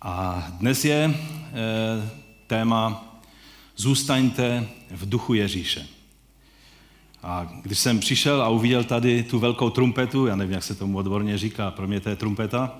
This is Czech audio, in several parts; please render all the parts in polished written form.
A dnes je téma Zůstaňte v duchu Ježíše. A když jsem přišel a uviděl tady tu velkou trumpetu, já nevím, jak se tomu odborně říká, pro mě to je trumpeta,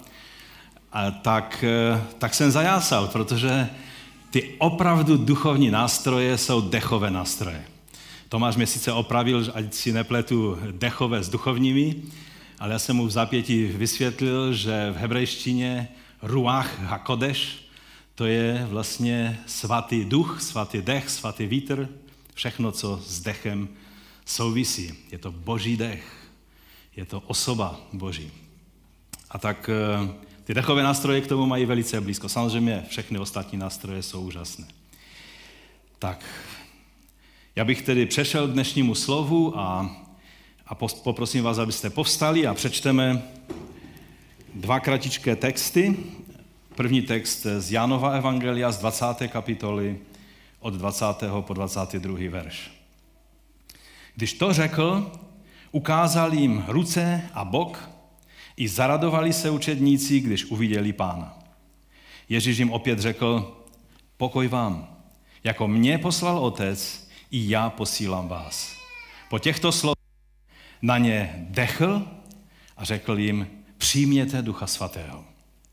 tak jsem zajásal, protože ty opravdu duchovní nástroje jsou dechové nástroje. Tomáš mě sice opravil, ať si nepletu dechové s duchovními, ale já jsem mu v zápětí vysvětlil, že v hebrejštině ruach hakodeš, to je vlastně svatý duch, svatý dech, svatý vítr, všechno, co s dechem souvisí. Je to boží dech, je to osoba boží. A tak ty dechové nástroje k tomu mají velice blízko. Samozřejmě všechny ostatní nástroje jsou úžasné. Tak, já bych tedy přešel k dnešnímu slovu a poprosím vás, abyste povstali a přečteme dva kratičké texty. První text z Janova evangelia z 20. kapitoly od 20. po 22. verš. Když to řekl, ukázal jim ruce a bok, i zaradovali se učedníci, když uviděli Pána. Ježíš jim opět řekl, pokoj vám, jako mě poslal Otec, i já posílám vás. Po těchto slovech na ně dechl a řekl jim, přijměte Ducha Svatého.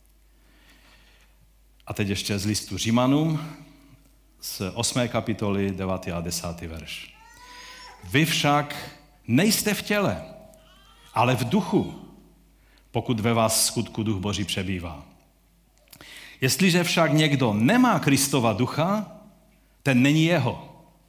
A teď ještě z listu Římanům, z 8. kapitoly, 9. a 10. verš. Vy však nejste v těle, ale v duchu, pokud ve vás skutku Duch Boží přebývá. Jestliže však někdo nemá Kristova ducha, ten není jeho.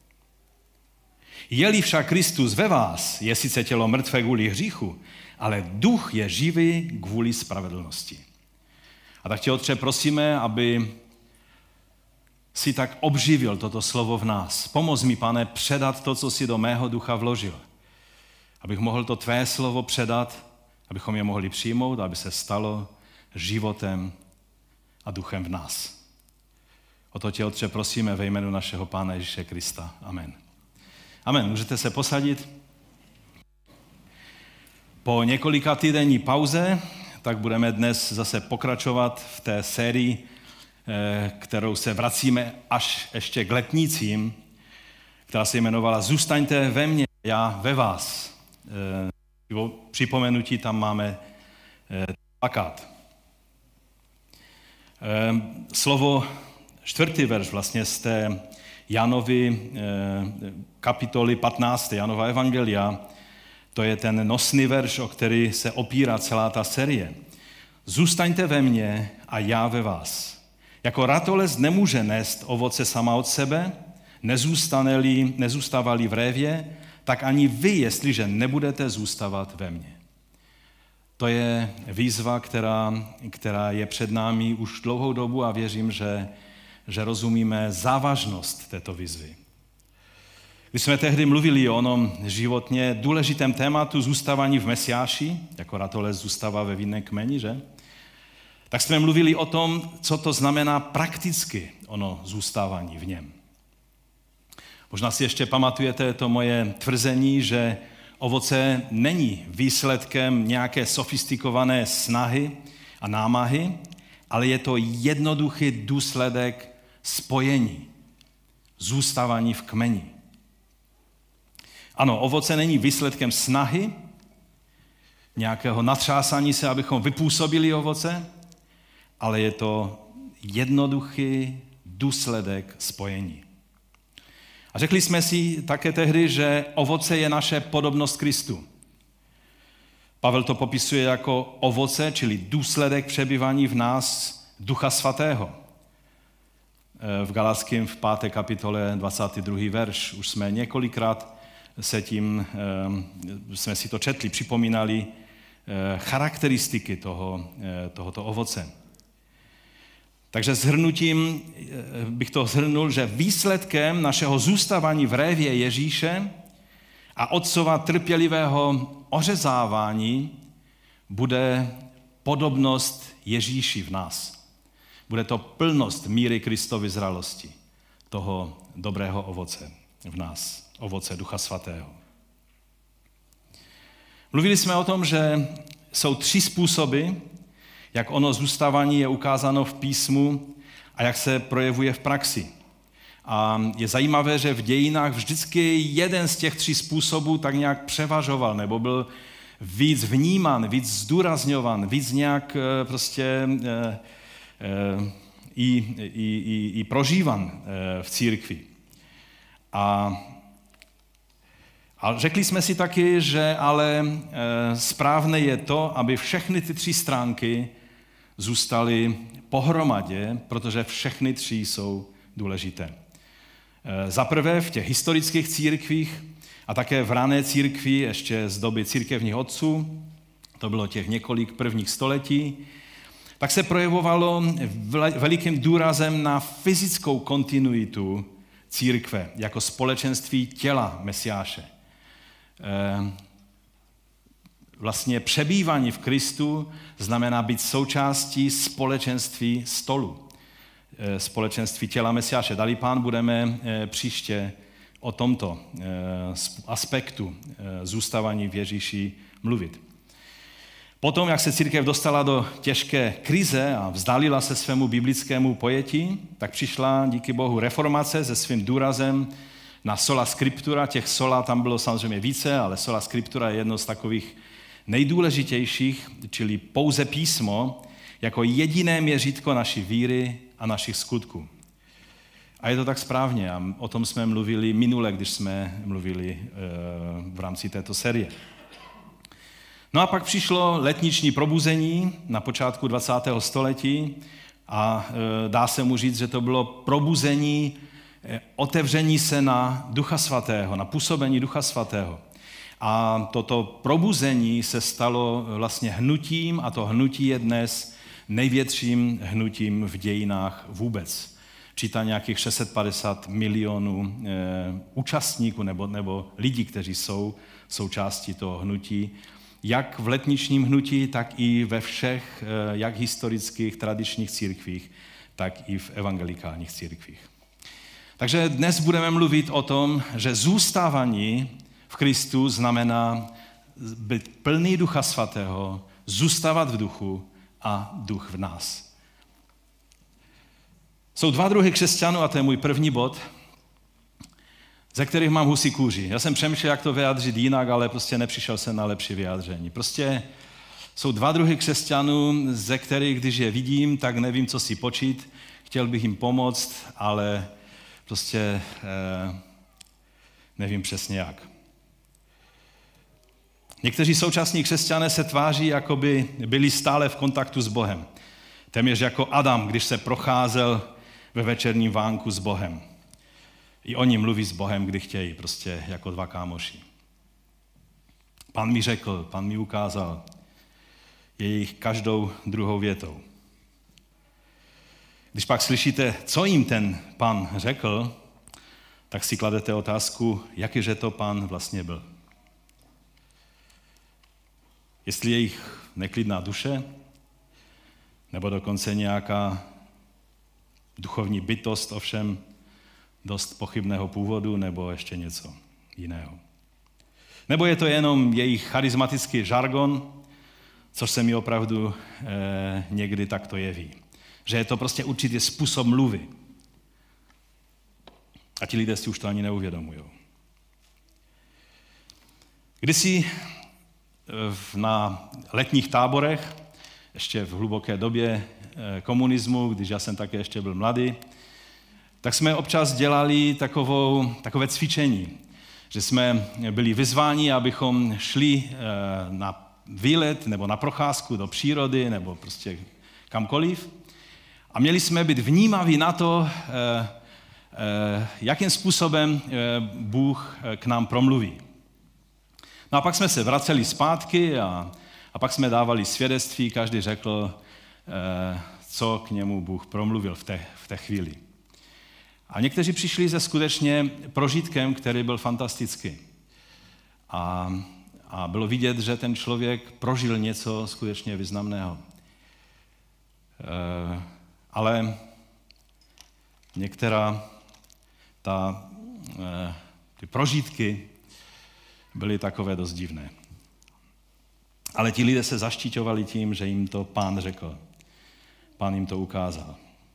Je-li však Kristus ve vás, je sice tělo mrtvé kvůli hříchu, ale duch je živý kvůli spravedlnosti. A tak tě, Otče, prosíme, aby si tak obživil toto slovo v nás. Pomoz mi, Pane, předat to, co si do mého ducha vložil. Abych mohl to tvé slovo předat, abychom je mohli přijmout, aby se stalo životem a duchem v nás. O to tě, Otče, prosíme ve jménu našeho Pána Ježíše Krista. Amen. Amen. Můžete se posadit. Po několika týdenní pauze tak budeme dnes zase pokračovat v té sérii, kterou se vracíme až ještě k letnicím, která se jmenovala Zůstaňte ve mně, já ve vás. Připomenutí tam máme plakát. Slovo 4. verš vlastně z té Janovy kapitoly 15. Janova evangelia, to je ten nosný verš, o který se opírá celá ta série. Zůstaňte ve mně a já ve vás. Jako ratolest nemůže nést ovoce sama od sebe, nezůstává-li v révě, tak ani vy, jestliže nebudete zůstávat ve mně. To je výzva, která je před námi už dlouhou dobu a věřím, že rozumíme závažnost této výzvy. Když jsme tehdy mluvili o onom životně důležitém tématu zůstávání v Mesiáši, jako ratolest zůstává ve vinném kmeni, že? Tak jsme mluvili o tom, co to znamená prakticky ono zůstávání v něm. Možná si ještě pamatujete to moje tvrzení, že ovoce není výsledkem nějaké sofistikované snahy a námahy, ale je to jednoduchý důsledek spojení, zůstávání v kmeni. Ano, ovoce není výsledkem snahy, nějakého natřásání se, abychom vypůsobili ovoce, ale je to jednoduchý důsledek spojení. A řekli jsme si také tehdy, že ovoce je naše podobnost Kristu. Pavel to popisuje jako ovoce, čili důsledek přebývání v nás Ducha Svatého. V Galackým v 5. kapitole 22. verš už jsme několikrát jsme si to četli, připomínali charakteristiky tohoto ovoce. Takže shrnutím bych to shrnul, že výsledkem našeho zůstávání v révě Ježíše a otcova trpělivého ořezávání bude podobnost Ježíši v nás. Bude to plnost míry Kristovy zralosti, toho dobrého ovoce v nás, ovoce Ducha Svatého. Mluvili jsme o tom, že jsou 3 způsoby, jak ono zůstávání je ukázáno v písmu a jak se projevuje v praxi. A je zajímavé, že v dějinách vždycky jeden z těch 3 způsobů tak nějak převažoval, nebo byl víc vnímán, víc zdůrazňovan, víc nějak prostě i prožívan v církvi. A řekli jsme si taky, že ale správné je to, aby všechny ty 3 stránky zůstaly pohromadě, protože všechny 3 jsou důležité. Za prvé v těch historických církvích a také v rané církvi, ještě z doby církevních otců, to bylo těch několik prvních století, tak se projevovalo velikým důrazem na fyzickou kontinuitu církve jako společenství těla Mesiáše. Vlastně přebývání v Kristu znamená být součástí společenství stolu, společenství těla Mesiáše. Dali Pán, budeme příště o tomto aspektu zůstávání v Ježíši mluvit. Potom, jak se církev dostala do těžké krize a vzdálila se svému biblickému pojetí, tak přišla díky Bohu reformace se svým důrazem na sola scriptura. Těch sola tam bylo samozřejmě více, ale sola scriptura je jedno z takových nejdůležitějších, čili pouze písmo, jako jediné měřítko naší víry a našich skutků. A je to tak správně a o tom jsme mluvili minule, když jsme mluvili v rámci této série. No a pak přišlo letniční probuzení na počátku 20. století a dá se mu říct, že to bylo probuzení, otevření se na Ducha Svatého, na působení Ducha Svatého. A toto probuzení se stalo vlastně hnutím a to hnutí je dnes největším hnutím v dějinách vůbec. Čítá nějakých 650 milionů účastníků nebo lidí, kteří jsou součástí toho hnutí, jak v letničním hnutí, tak i ve všech, jak historických, tradičních církvích, tak i v evangelikálních církvích. Takže dnes budeme mluvit o tom, že zůstávání v Kristu znamená být plný Ducha Svatého, zůstávat v duchu a duch v nás. Jsou 2 druhy křesťanů a to je můj první bod, ze kterých mám husí kůži. Já jsem přemýšlel, jak to vyjádřit jinak, ale prostě nepřišel jsem na lepší vyjádření. Prostě jsou 2 druhy křesťanů, ze kterých, když je vidím, tak nevím, co si počít. Chtěl bych jim pomoct, ale prostě nevím přesně jak. Někteří současní křesťané se tváří, jako by byli stále v kontaktu s Bohem. Téměř jako Adam, když se procházel ve večerním vánku s Bohem. I oni mluví s Bohem, kdy chtějí, prostě jako 2 kámoši. Pán mi řekl, Pán mi ukázal jejich každou druhou větou. Když pak slyšíte, co jim ten Pán řekl, tak si kladete otázku, jakýže to Pán vlastně byl. Jestli je jich neklidná duše, nebo dokonce nějaká duchovní bytost, ovšem dost pochybného původu, nebo ještě něco jiného. Nebo je to jenom jejich charismatický žargon, což se mi opravdu někdy takto jeví. Že je to prostě určitý způsob mluvy. A ti lidé si už to ani neuvědomují. Kdysi na letních táborech, ještě v hluboké době komunismu, když já jsem také ještě byl mladý, tak jsme občas dělali takové cvičení, že jsme byli vyzváni, abychom šli na výlet nebo na procházku do přírody nebo prostě kamkoliv a měli jsme být vnímaví na to, jakým způsobem Bůh k nám promluví. No a pak jsme se vraceli zpátky a pak jsme dávali svědectví, každý řekl, co k němu Bůh promluvil v té chvíli. A někteří přišli se skutečně prožitkem, který byl fantastický. A bylo vidět, že ten člověk prožil něco skutečně významného. Ale některá ty prožitky byly takové dost divné. Ale ti lidé se zaštiťovali tím, že jim to Pán řekl. Pán jim to ukázal.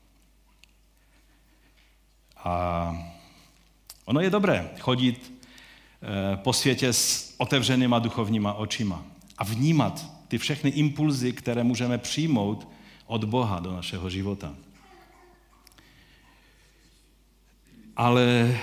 A ono je dobré chodit po světě s otevřenýma duchovníma očima a vnímat ty všechny impulzy, které můžeme přijmout od Boha do našeho života. Ale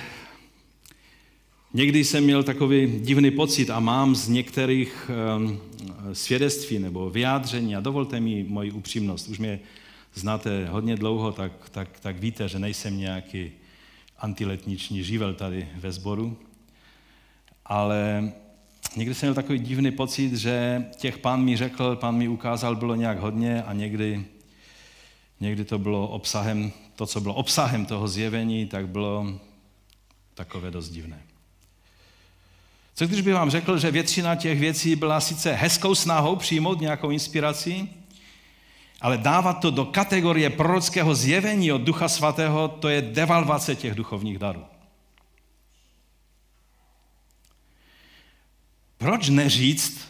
někdy jsem měl takový divný pocit a mám z některých svědectví nebo vyjádření, a dovolte mi moji upřímnost, už mě znáte hodně dlouho, tak víte, že nejsem nějaký antiletniční živel tady ve sboru, ale někdy jsem měl takový divný pocit, že těch Pán mi řekl, Pán mi ukázal, bylo nějak hodně a někdy to bylo obsahem, to, co bylo obsahem toho zjevení, tak bylo takové dost divné. Co když bych vám řekl, že většina těch věcí byla sice hezkou snahou přijmout nějakou inspiraci, ale dávat to do kategorie prorockého zjevení od Ducha Svatého, to je devalvace těch duchovních darů. Proč neříct?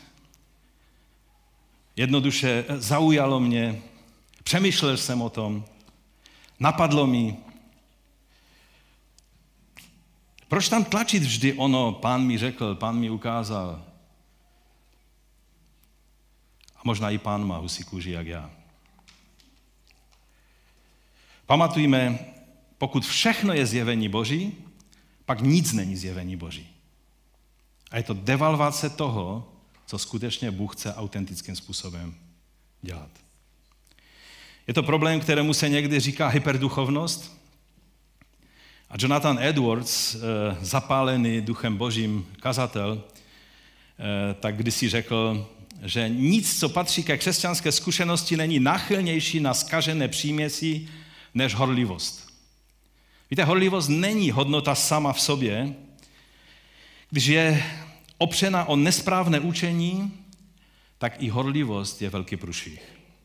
Jednoduše zaujalo mě, přemýšlel jsem o tom, napadlo mi. Proč tam tlačit vždy ono, Pán mi řekl, Pán mi ukázal? A možná i Pán má husí kůži, jak já. Pamatujme, pokud všechno je zjevení Boží, pak nic není zjevení Boží. A je to devalvace toho, co skutečně Bůh chce autentickým způsobem dělat. Je to problém, kterému se někdy říká hyperduchovnost. A Jonathan Edwards, zapálený Duchem Božím kazatel, tak kdysi řekl, že nic, co patří ke křesťanské zkušenosti, není náchylnější na zkažené příměsi než horlivost. Víte, horlivost není hodnota sama v sobě, když je opřena o nesprávné učení, tak i horlivost je velký průšvih.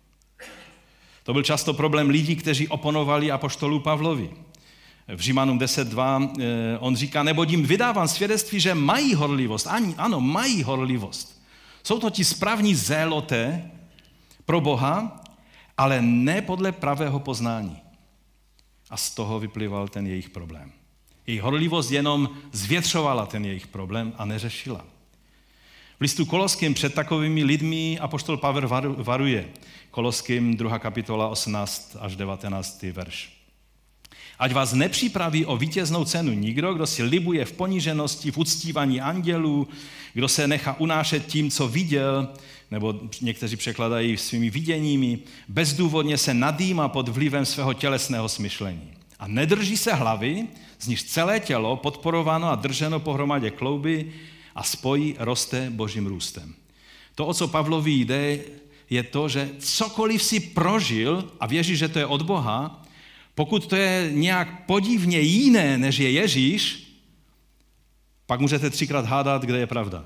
To byl často problém lidí, kteří oponovali apoštolu Pavlovi. V Římanům 10.2 on říká, neboť jim vydávám svědectví, že mají horlivost. Ano, mají horlivost. Jsou to ti správní zéloté pro Boha, ale ne podle pravého poznání. A z toho vyplýval ten jejich problém. Jejich horlivost jenom zvětšovala ten jejich problém a neřešila. V listu Koloským před takovými lidmi apoštol Pavel varuje. Koloským 2. kapitola 18 až 19. verš. Ať vás nepřipraví o vítěznou cenu nikdo, kdo si libuje v poníženosti, v uctívání andělů, kdo se nechá unášet tím, co viděl, nebo někteří překladají svými viděními, bezdůvodně se nadýmá pod vlivem svého tělesného smyšlení. A nedrží se hlavy, z níž celé tělo, podporováno a drženo pohromadě klouby a spojí, roste božím růstem. To, o co Pavlovi jde, je to, že cokoliv si prožil a věří, že to je od Boha, pokud to je nějak podivně jiné, než je Ježíš, pak můžete 3krát hádat, kde je pravda.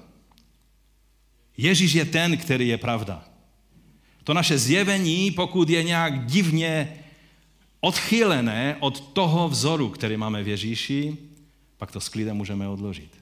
Ježíš je ten, který je pravda. To naše zjevení, pokud je nějak divně odchylené od toho vzoru, který máme v Ježíši, pak to s klidem můžeme odložit.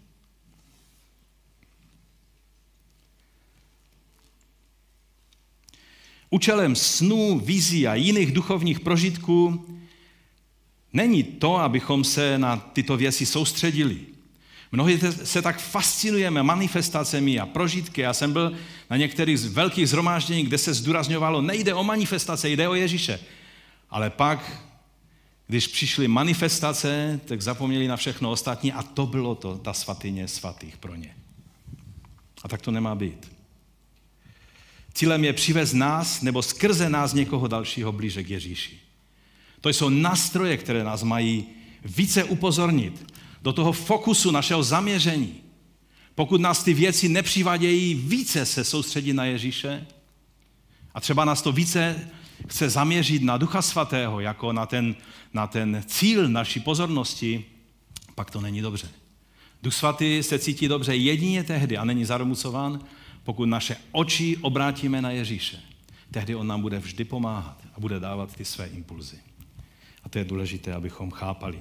Účelem snů, vizí a jiných duchovních prožitků není to, abychom se na tyto věci soustředili. Mnohdy se tak fascinujeme manifestacemi a prožitky. Já jsem byl na některých velkých shromážděních, kde se zdůrazňovalo, nejde o manifestace, jde o Ježíše. Ale pak, když přišly manifestace, tak zapomněli na všechno ostatní a to bylo to, ta svatyně svatých pro ně. A tak to nemá být. Cílem je přivést nás nebo skrze nás někoho dalšího blíže k Ježíši. To jsou nástroje, které nás mají více upozornit do toho fokusu našeho zaměření. Pokud nás ty věci nepřivádějí více se soustředit na Ježíše a třeba nás to více chce zaměřit na Ducha Svatého, jako na ten cíl naší pozornosti, pak to není dobře. Duch Svatý se cítí dobře jedině tehdy a není zarmucován, pokud naše oči obrátíme na Ježíše. Tehdy on nám bude vždy pomáhat a bude dávat ty své impulzy. A to je důležité, abychom chápali.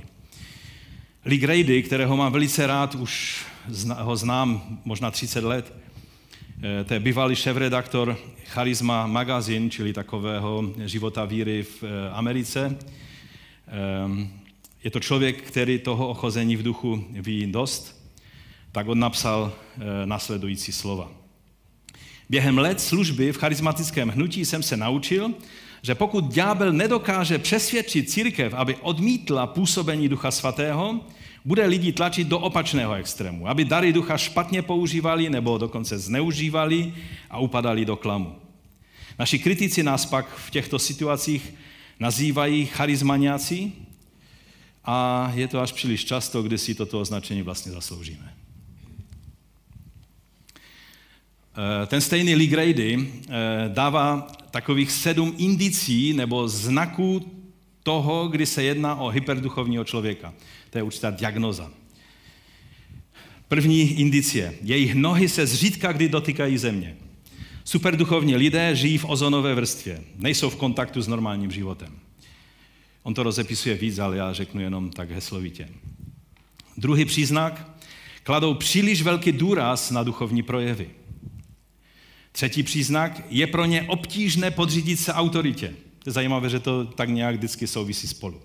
Lee Grady, kterého mám velice rád, už ho znám možná 30 let, To je bývalý šéfredaktor Charisma Magazine, čili takového života víry v Americe. Je to člověk, který toho ochození v duchu ví dost, tak on napsal následující slova. Během let služby v charismatickém hnutí jsem se naučil, že pokud ďábel nedokáže přesvědčit církev, aby odmítla působení Ducha Svatého, bude lidi tlačit do opačného extrému, aby dary ducha špatně používali nebo dokonce zneužívali a upadali do klamu. Naši kritici nás pak v těchto situacích nazývají charismaniáci a je to až příliš často, kdy si toto označení vlastně zasloužíme. Ten stejný Lee Grady dává takových 7 indicí nebo znaků toho, kdy se jedná o hyperduchovního člověka. To je určitá diagnoza. První indicie. Jejich nohy se zřídka kdy dotýkají země. Superduchovní lidé žijí v ozonové vrstvě. Nejsou v kontaktu s normálním životem. On to rozepisuje víc, ale já řeknu jenom tak heslovitě. Druhý příznak. Kladou příliš velký důraz na duchovní projevy. Třetí příznak. Je pro ně obtížné podřídit se autoritě. To je zajímavé, že to tak nějak vždycky souvisí spolu.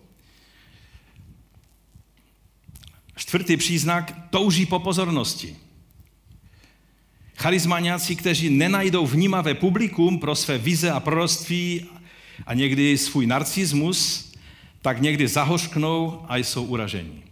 Čtvrtý příznak, touží po pozornosti. Charismaniáci, kteří nenajdou vnímavé publikum pro své vize a proroctví a někdy svůj narcismus, tak někdy zahořknou a jsou uražení.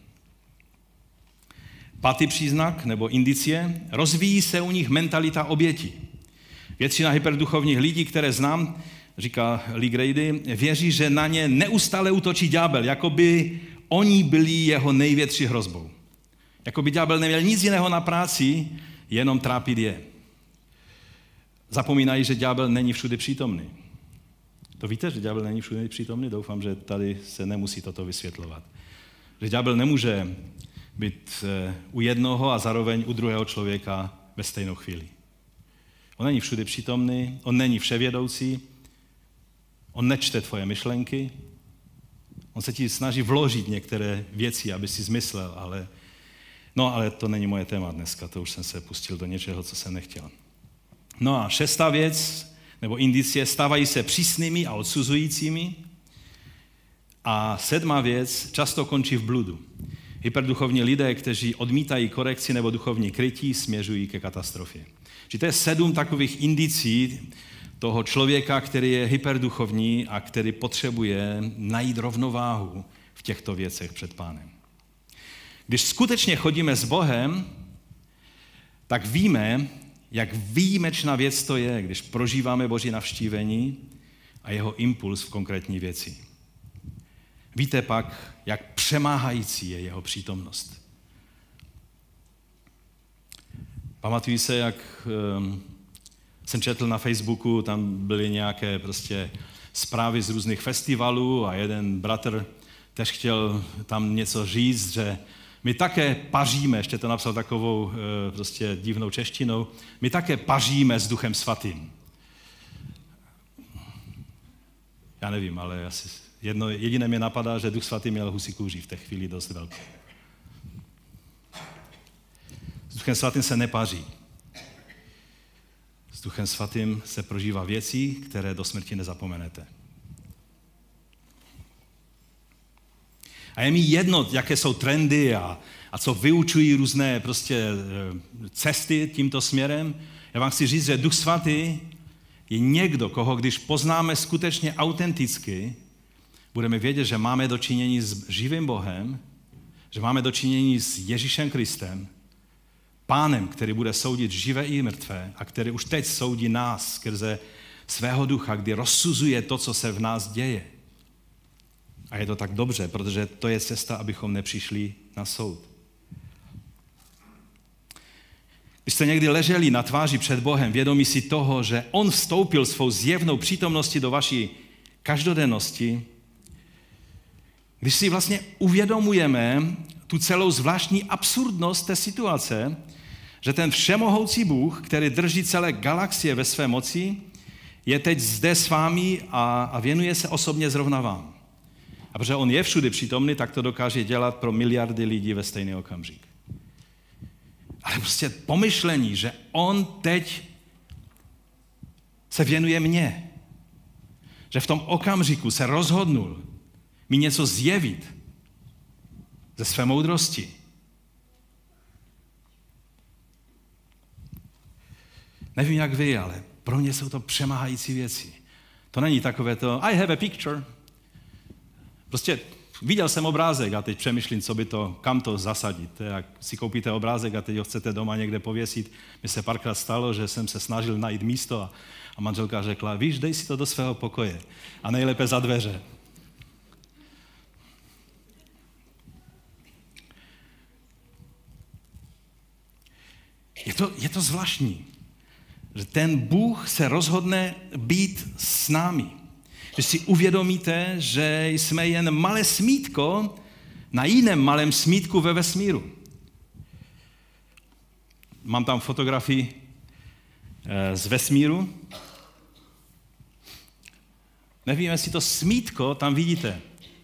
Pátý příznak nebo indicie, rozvíjí se u nich mentalita oběti. Většina hyperduchovních lidí, které znám, říká Lee Grady, věří, že na ně neustále útočí ďábel, jako by oni byli jeho největší hrozbou. Jako by ďábel neměl nic jiného na práci, jenom trápit je. Zapomínají, že ďábel není všude přítomný. To víte, že ďábel není všude přítomný? Doufám, že tady se nemusí toto vysvětlovat. Že ďábel nemůže být u jednoho a zároveň u druhého člověka ve stejnou chvíli. On není všude přítomný, on není vševědoucí, on nečte tvoje myšlenky, on se ti snaží vložit některé věci, aby si zmyslel, ale to není moje téma dneska, to už jsem se pustil do něčeho, co jsem nechtěl. No a šestá věc, nebo indicie, stávají se přísnými a odsuzujícími. A sedmá věc, často končí v bludu. Hyperduchovní lidé, kteří odmítají korekci nebo duchovní krytí, směřují ke katastrofě. Čiže to je 7 takových indicí toho člověka, který je hyperduchovní a který potřebuje najít rovnováhu v těchto věcech před Pánem. Když skutečně chodíme s Bohem, tak víme, jak výjimečná věc to je, když prožíváme Boží navštívení a jeho impuls v konkrétní věci. Víte pak, jak přemáhající je jeho přítomnost. Pamatuji se, jak jsem četl na Facebooku, tam byly nějaké zprávy z různých festivalů a jeden bratr tež chtěl tam něco říct, že my také paříme, ještě to napsal takovou divnou češtinou, my také paříme s Duchem Svatým. Já nevím, ale jediné mě napadá, že Duch Svatý měl husí kůži v té chvíli dost velkou. S Duchem Svatým se nepaří. S Duchem Svatým se prožívá věcí, které do smrti nezapomenete. A je mi jedno, jaké jsou trendy a co vyučují různé cesty tímto směrem. Já vám chci říct, že Duch Svatý je někdo, koho když poznáme skutečně autenticky, budeme vědět, že máme dočinění s živým Bohem, že máme dočinění s Ježíšem Kristem, Pánem, který bude soudit živé i mrtvé a který už teď soudí nás skrze svého ducha, kdy rozsuzuje to, co se v nás děje. A je to tak dobře, protože to je cesta, abychom nepřišli na soud. Když jste někdy leželi na tváři před Bohem, vědomí si toho, že on vstoupil svou zjevnou přítomností do vaší každodennosti, když si vlastně uvědomujeme tu celou zvláštní absurdnost té situace, že ten všemohoucí Bůh, který drží celé galaxie ve své moci, je teď zde s vámi a věnuje se osobně zrovna vám. A protože on je všude přítomný, tak to dokáže dělat pro miliardy lidí ve stejný okamžik. Ale pomyšlení, že on teď se věnuje mně. Že v tom okamžiku se rozhodnul mi něco zjevit ze své moudrosti. Nevím, jak vy, ale pro mě jsou to přemáhající věci. To není takové to, I have a picture. Prostě viděl jsem obrázek a teď přemýšlím, kam to zasadit. To je, jak si koupíte obrázek a teď ho chcete doma někde pověsit. Mně se párkrát stalo, že jsem se snažil najít místo a manželka řekla, víš, dej si to do svého pokoje a nejlépe za dveře. Je to zvláštní, že ten Bůh se rozhodne být s námi. Že si uvědomíte, že jsme jen malé smítko na jiném malém smítku ve vesmíru. Mám tam fotografii z vesmíru. Nevím, jestli to smítko tam vidíte.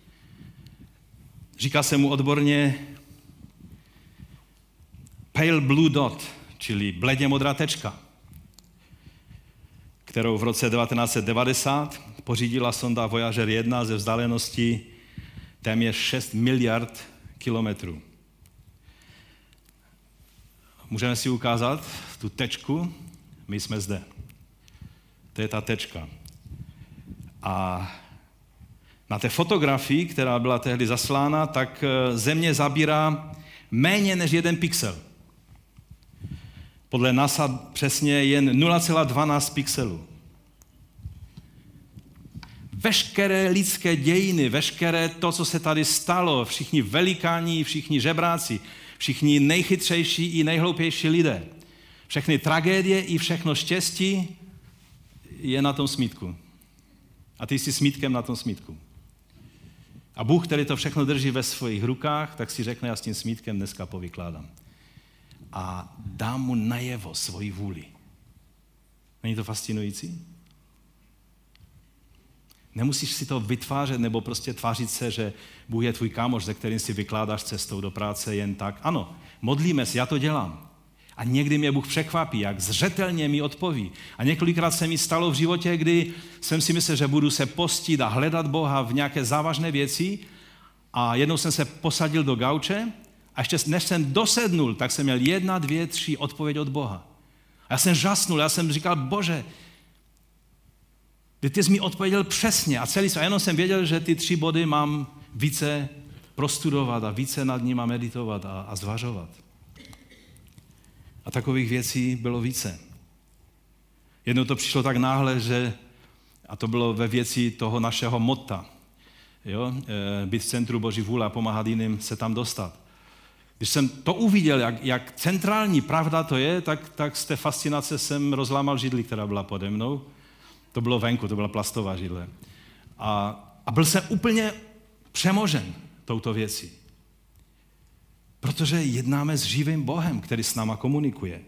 Říká se mu odborně pale blue dot, čili bledě modrá tečka, kterou v roce 1990 pořídila sonda Voyager 1 ze vzdálenosti téměř 6 miliard kilometrů. Můžeme si ukázat tu tečku, my jsme zde. To je ta tečka. A na té fotografii, která byla tehdy zaslána, tak Země zabírá méně než 1 pixel. Podle NASA přesně jen 0,12 pixelů. Veškeré lidské dějiny, veškeré to, co se tady stalo, všichni velikáni, všichni žebráci, všichni nejchytřejší i nejhloupější lidé, všechny tragédie i všechno štěstí je na tom smítku. A ty jsi smítkem na tom smítku. A Bůh, který to všechno drží ve svých rukách, tak si řekne, já s tím smítkem dneska povykládám. A dám mu najevo svoji vůli. Není to fascinující? Nemusíš si to vytvářet nebo prostě tvářit se, že Bůh je tvůj kámoš, se kterým si vykládáš cestou do práce jen tak. Ano, modlíme se, já to dělám. A někdy mě Bůh překvapí, jak zřetelně mi odpoví. A několikrát se mi stalo v životě, kdy jsem si myslel, že budu se postit a hledat Boha v nějaké závažné věci. A jednou jsem se posadil do gauče a ještě než jsem dosednul, tak jsem měl 1, 2, 3 odpověď od Boha. A já jsem žasnul, já jsem říkal, Bože, ty jsi mi odpověděl přesně a celý a jenom jsem věděl, že ty 3 body mám více prostudovat a více nad nimi meditovat a zvažovat. A takových věcí bylo více. Jednou to přišlo tak náhle, že, a to bylo ve věci toho našeho motta, jo? Být v centru Boží vůle a pomáhat jiným se tam dostat. Když jsem to uviděl, jak centrální pravda to je, tak z té fascinace jsem rozlámal židli, která byla pode mnou. To bylo venku, to byla plastová židle. A byl jsem úplně přemožen touto věcí. Protože jednáme s živým Bohem, který s náma komunikuje.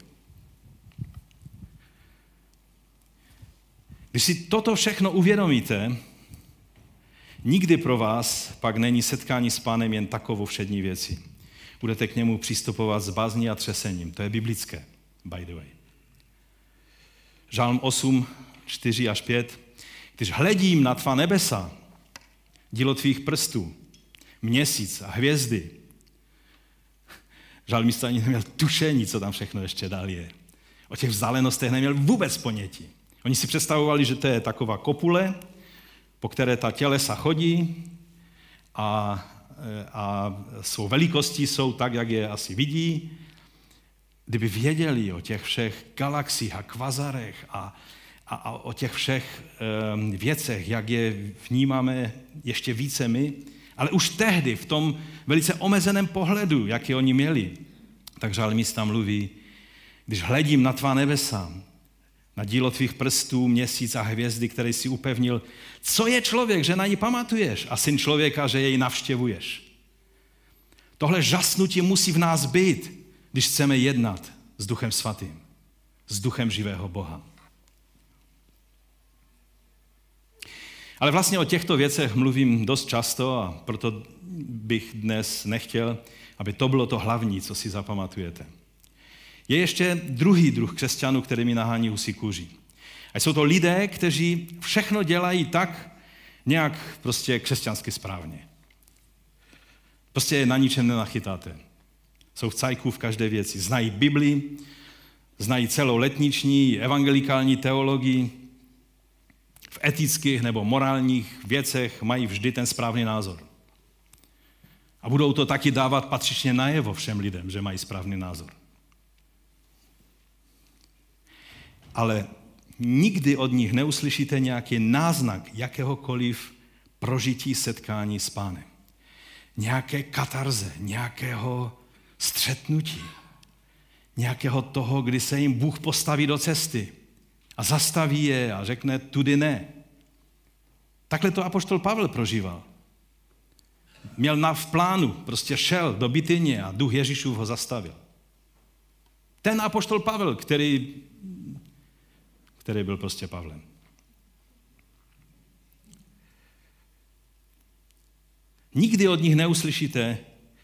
Když si toto všechno uvědomíte, nikdy pro vás pak není setkání s Pánem jen takovou všední věcí. Budete k němu přistupovat s bázní a třesením. To je biblické, by the way. Žálm 8, 4 až 5. Když hledím na tvá nebesa, dílo tvých prstů, měsíc a hvězdy, žalmista ani neměl tušení, co tam všechno ještě dál je. O těch vzdálenostech neměl vůbec ponětí. Oni si představovali, že to je taková kopule, po které ta tělesa chodí a svou velikostí jsou tak, jak je asi vidí. Kdyby věděli o těch všech galaxiích a kvazarech a o těch všech věcech, jak je vnímáme ještě více my, ale už tehdy v tom velice omezeném pohledu, jaký oni měli, tak žalmista mluví, když hledím na tvá nebesa, na dílo tvých prstů, měsíc a hvězdy, které jsi upevnil, co je člověk, že na ní pamatuješ a syn člověka, že jej navštěvuješ. Tohle žasnutí musí v nás být, když chceme jednat s Duchem Svatým, s Duchem živého Boha. Ale vlastně o těchto věcech mluvím dost často a proto bych dnes nechtěl, aby to bylo to hlavní, co si zapamatujete. Je ještě druhý druh křesťanů, který mi nahání husí kůži. A jsou to lidé, kteří všechno dělají tak nějak prostě křesťansky správně. Prostě je na ničem nenachytáte. Jsou v cajku v každé věci. Znají Bibli, znají celou letniční, evangelikální teologii. V etických nebo morálních věcech mají vždy ten správný názor. A budou to taky dávat patřičně najevo všem lidem, že mají správný názor. Ale nikdy od nich neuslyšíte nějaký náznak jakéhokoliv prožití setkání s Pánem. Nějaké katarze, nějakého střetnutí, nějakého toho, kdy se jim Bůh postaví do cesty a zastaví je a řekne tudy ne. Takhle to apoštol Pavel prožíval. Měl v plánu, prostě šel do Bityně a duch Ježíšův ho zastavil. Ten apoštol Pavel, který byl prostě Pavlem. Nikdy od nich neuslyšíte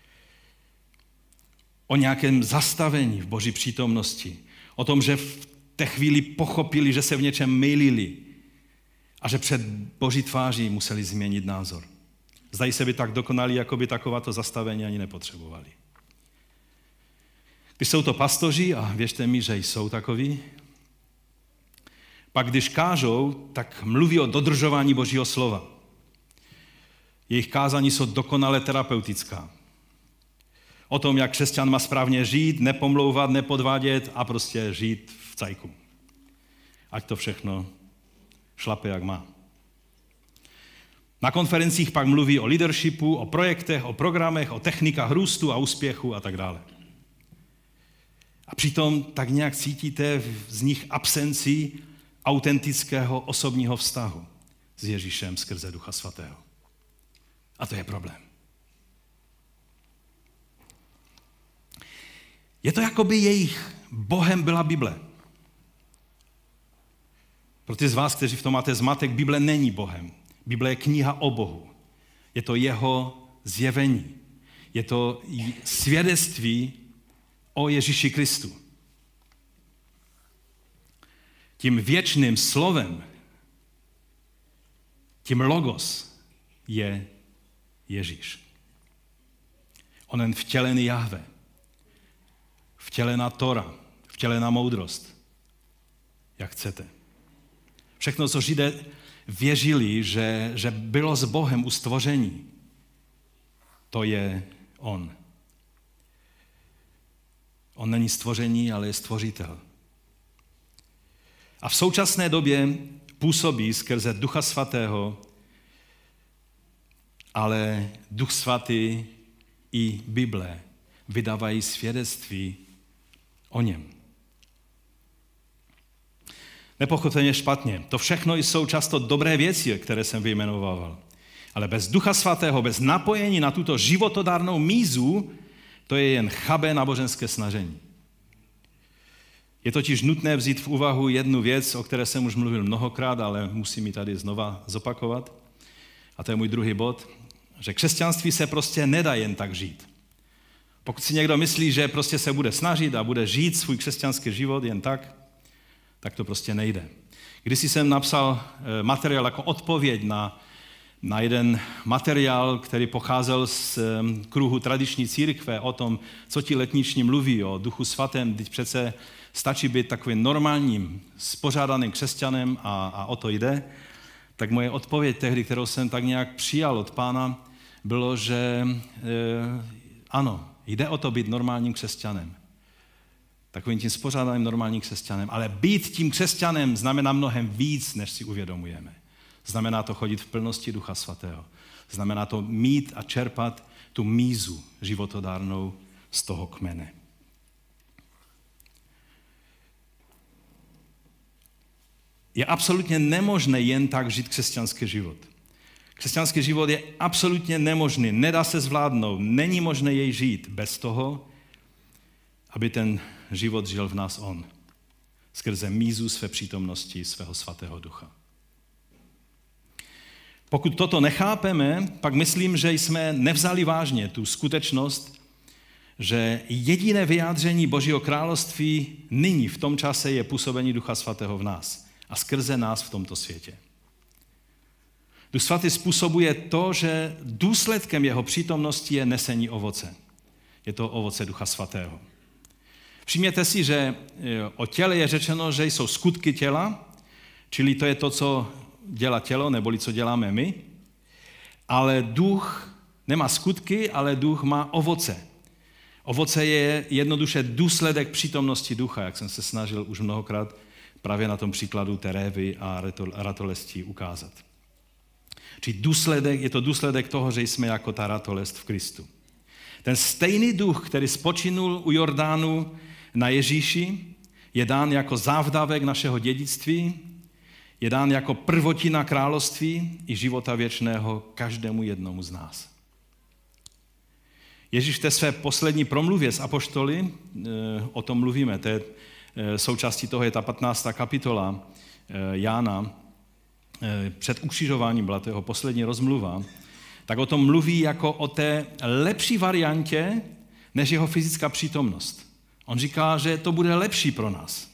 o nějakém zastavení v Boží přítomnosti. O tom, že v té chvíli pochopili, že se v něčem mýlili a že před Boží tváří museli změnit názor. Zdají se by tak dokonali, jako by takováto zastavení ani nepotřebovali. Když jsou to pastoři, a věřte mi, že jsou takoví, pak když kážou, tak mluví o dodržování Božího slova. Jejich kázání jsou dokonale terapeutická. O tom, jak křesťan má správně žít, nepomlouvat, nepodvádět a prostě žít v cajku. Ať to všechno šlape, jak má. Na konferencích pak mluví o leadershipu, o projektech, o programech, o technikách růstu a úspěchu a tak dále. A přitom tak nějak cítíte z nich absenci autentického osobního vztahu s Ježíšem skrze Ducha Svatého. A to je problém. Je to, jako by jejich Bohem byla Bible. Pro ty z vás, kteří v tom máte zmatek, Bible není Bohem. Bible je kniha o Bohu. Je to jeho zjevení. Je to svědectví o Ježíši Kristu. Tím věčným slovem, tím logos je Ježíš. Onen vtělený Jahve, vtělená Tora, vtělená moudrost, jak chcete. Všechno, co Židé věřili, že bylo s Bohem u stvoření, to je on. On není stvoření, ale je stvořitel. A v současné době působí skrze Ducha Svatého, ale Duch Svatý i Bible vydávají svědectví o něm. Nepochopitelně špatně. To všechno jsou často dobré věci, které jsem vyjmenoval. Ale bez Ducha Svatého, bez napojení na tuto životodárnou mízu, to je jen chabé náboženské snažení. Je totiž nutné vzít v úvahu jednu věc, o které jsem už mluvil mnohokrát, ale musím ji tady znova zopakovat. A to je můj druhý bod, že křesťanství se prostě nedá jen tak žít. Pokud si někdo myslí, že prostě se bude snažit a bude žít svůj křesťanský život jen tak to prostě nejde. Když jsem napsal materiál jako odpověď na jeden materiál, který pocházel z kruhu tradiční církve o tom, co ti letniční mluví o Duchu Svatém, teď přece stačí být takovým normálním, spořádaným křesťanem a o to jde, tak moje odpověď tehdy, kterou jsem tak nějak přijal od Pána, bylo, že ano, jde o to být normálním křesťanem. Takovým tím spořádaným normálním křesťanem. Ale být tím křesťanem znamená mnohem víc, než si uvědomujeme. Znamená to chodit v plnosti Ducha Svatého. Znamená to mít a čerpat tu mízu životodárnou z toho kmene. Je absolutně nemožné jen tak žít křesťanský život. Křesťanský život je absolutně nemožný, nedá se zvládnout, není možné jej žít bez toho, aby ten život žil v nás on, skrze mízu své přítomnosti, svého svatého ducha. Pokud toto nechápeme, pak myslím, že jsme nevzali vážně tu skutečnost, že jediné vyjádření Božího království nyní v tom čase je působení Ducha Svatého v nás. a skrze nás v tomto světě. Duch Svatý způsobuje to, že důsledkem jeho přítomnosti je nesení ovoce. Je to ovoce Ducha Svatého. Všimněte si, že o těle je řečeno, že jsou skutky těla, čili to je to, co dělá tělo, neboli co děláme my, ale duch nemá skutky, ale duch má ovoce. Ovoce je jednoduše důsledek přítomnosti ducha, jak jsem se snažil už mnohokrát právě na tom příkladu té révy a ratolestí ukázat. Čili je to důsledek toho, že jsme jako ta ratolest v Kristu. Ten stejný duch, který spočinul u Jordánu na Ježíši, je dán jako závdavek našeho dědictví, je dán jako prvotina království i života věčného každému jednomu z nás. Ježíš v té své poslední promluvě s apoštoly, o tom mluvíme, součástí toho je ta 15. kapitola Jána, před ukřižováním byla to jeho poslední rozmluva, tak o tom mluví jako o té lepší variantě, než jeho fyzická přítomnost. On říká, že to bude lepší pro nás.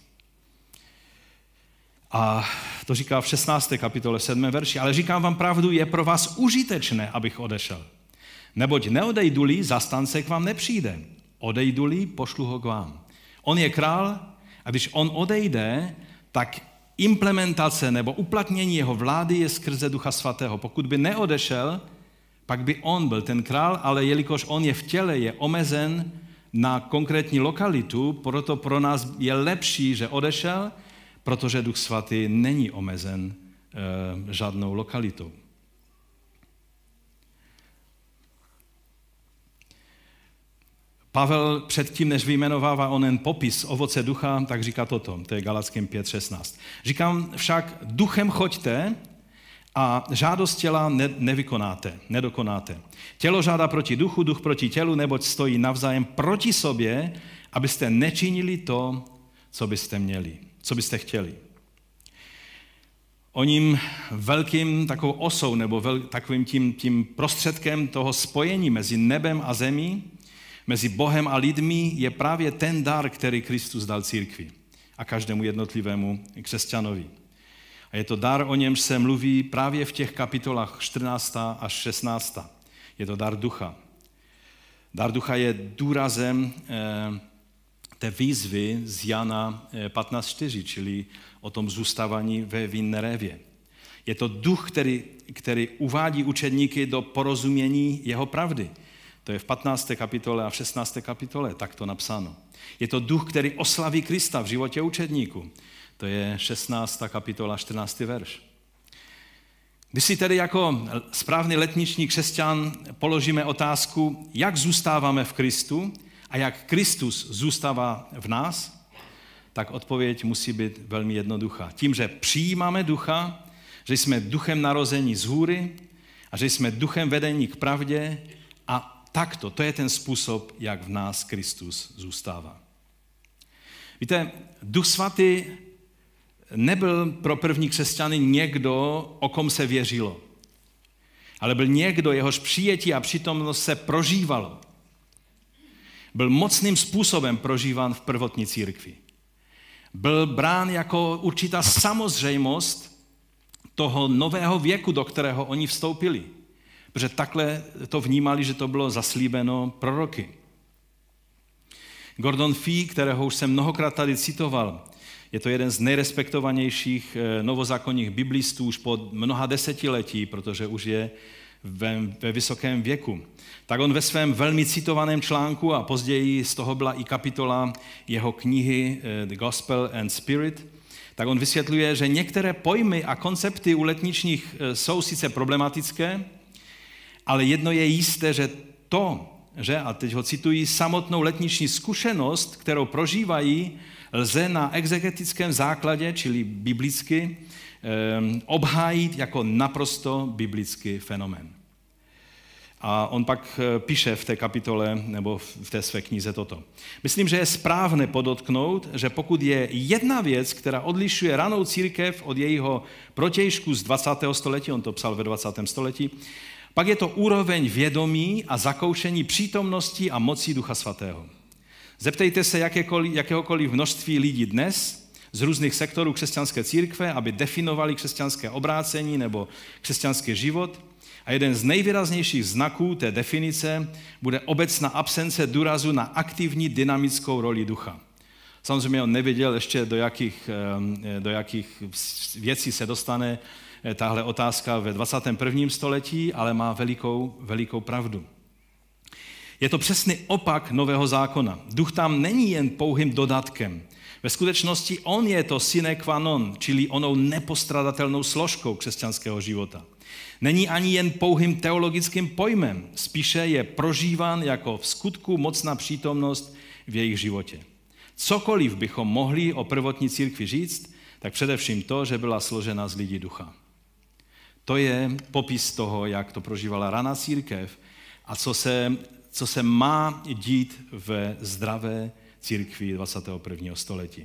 A to říká v 16. kapitole 7. verši. Ale říkám vám pravdu, je pro vás užitečné, abych odešel. Neboť neodejdu-li, zastánce k vám nepřijde. Odejdu-li, pošlu ho k vám. On je král a když on odejde, tak implementace nebo uplatnění jeho vlády je skrze Ducha Svatého. Pokud by neodešel, pak by on byl ten král, ale jelikož on je v těle, je omezen na konkrétní lokalitu, proto pro nás je lepší, že odešel, protože Duch Svatý není omezen žádnou lokalitou. Pavel předtím, než vyjmenovává onen popis ovoce ducha, tak říká toto, to je Galackým 5.16. Říkám však, duchem choďte a žádost těla nedokonáte. Tělo žádá proti duchu, duch proti tělu, neboť stojí navzájem proti sobě, abyste nečinili to, co byste chtěli. Oním velkým takovou osou nebo takovým tím prostředkem toho spojení mezi nebem a zemí, mezi Bohem a lidmi je právě ten dar, který Kristus dal církvi a každému jednotlivému křesťanovi. A je to dar, o němž se mluví právě v těch kapitolách 14. až 16. Je to dar ducha. Dar ducha je důrazem té výzvy z Jana 15.4, čili o tom zůstávání ve vinné révě. Je to duch, který uvádí učedníky do porozumění jeho pravdy. To je v 15. kapitole a v 16. kapitole takto napsáno. Je to duch, který oslaví Krista v životě učedníků. To je 16. kapitola, 14. verš. Když si tedy jako správný letniční křesťan položíme otázku, jak zůstáváme v Kristu a jak Kristus zůstává v nás, tak odpověď musí být velmi jednoduchá. Tím, že přijímáme ducha, že jsme duchem narození z hůry a že jsme duchem vedení k pravdě a takto, to je ten způsob, jak v nás Kristus zůstává. Víte, Duch Svatý nebyl pro první křesťany někdo, o kom se věřilo, ale byl někdo, jehož přijetí a přítomnost se prožívalo. Byl mocným způsobem prožíván v prvotní církvi. Byl brán jako určitá samozřejmost toho nového věku, do kterého oni vstoupili. Protože takhle to vnímali, že to bylo zaslíbeno proroky. Gordon Fee, kterého už jsem mnohokrát tady citoval, je to jeden z nejrespektovanějších novozákonních biblistů už po mnoha desetiletí, protože už je ve vysokém věku. Tak on ve svém velmi citovaném článku, a později z toho byla i kapitola jeho knihy The Gospel and Spirit, tak on vysvětluje, že některé pojmy a koncepty u letničních jsou sice problematické, ale jedno je jisté, že a teď ho cituji, samotnou letniční zkušenost, kterou prožívají, lze na exegetickém základě, čili biblicky, obhájit jako naprosto biblický fenomén. A on pak píše v té kapitole nebo v té své knize toto. Myslím, že je správné podotknout, že pokud je jedna věc, která odlišuje ranou církev od jejího protějšku z 20. století, on to psal ve 20. století, pak je to úroveň vědomí a zakoušení přítomnosti a moci Ducha Svatého. Zeptejte se jakéhokoliv množství lidí dnes, z různých sektorů křesťanské církve, aby definovali křesťanské obrácení nebo křesťanský život. A jeden z nejvýraznějších znaků té definice bude obecná absence důrazu na aktivní dynamickou roli ducha. Samozřejmě on nevěděl ještě, do jakých věcí se dostane tahle otázka ve 21. století, ale má velikou pravdu. Je to přesný opak Nového zákona. Duch tam není jen pouhým dodatkem. Ve skutečnosti on je to sine qua non, čili onou nepostradatelnou složkou křesťanského života. Není ani jen pouhým teologickým pojmem, spíše je prožíván jako v skutku mocná přítomnost v jejich životě. Cokoliv bychom mohli o prvotní církvi říct, tak především to, že byla složena z lidí ducha. To je popis toho, jak to prožívala raná církev a co se má dít ve zdravé církvi 21. století.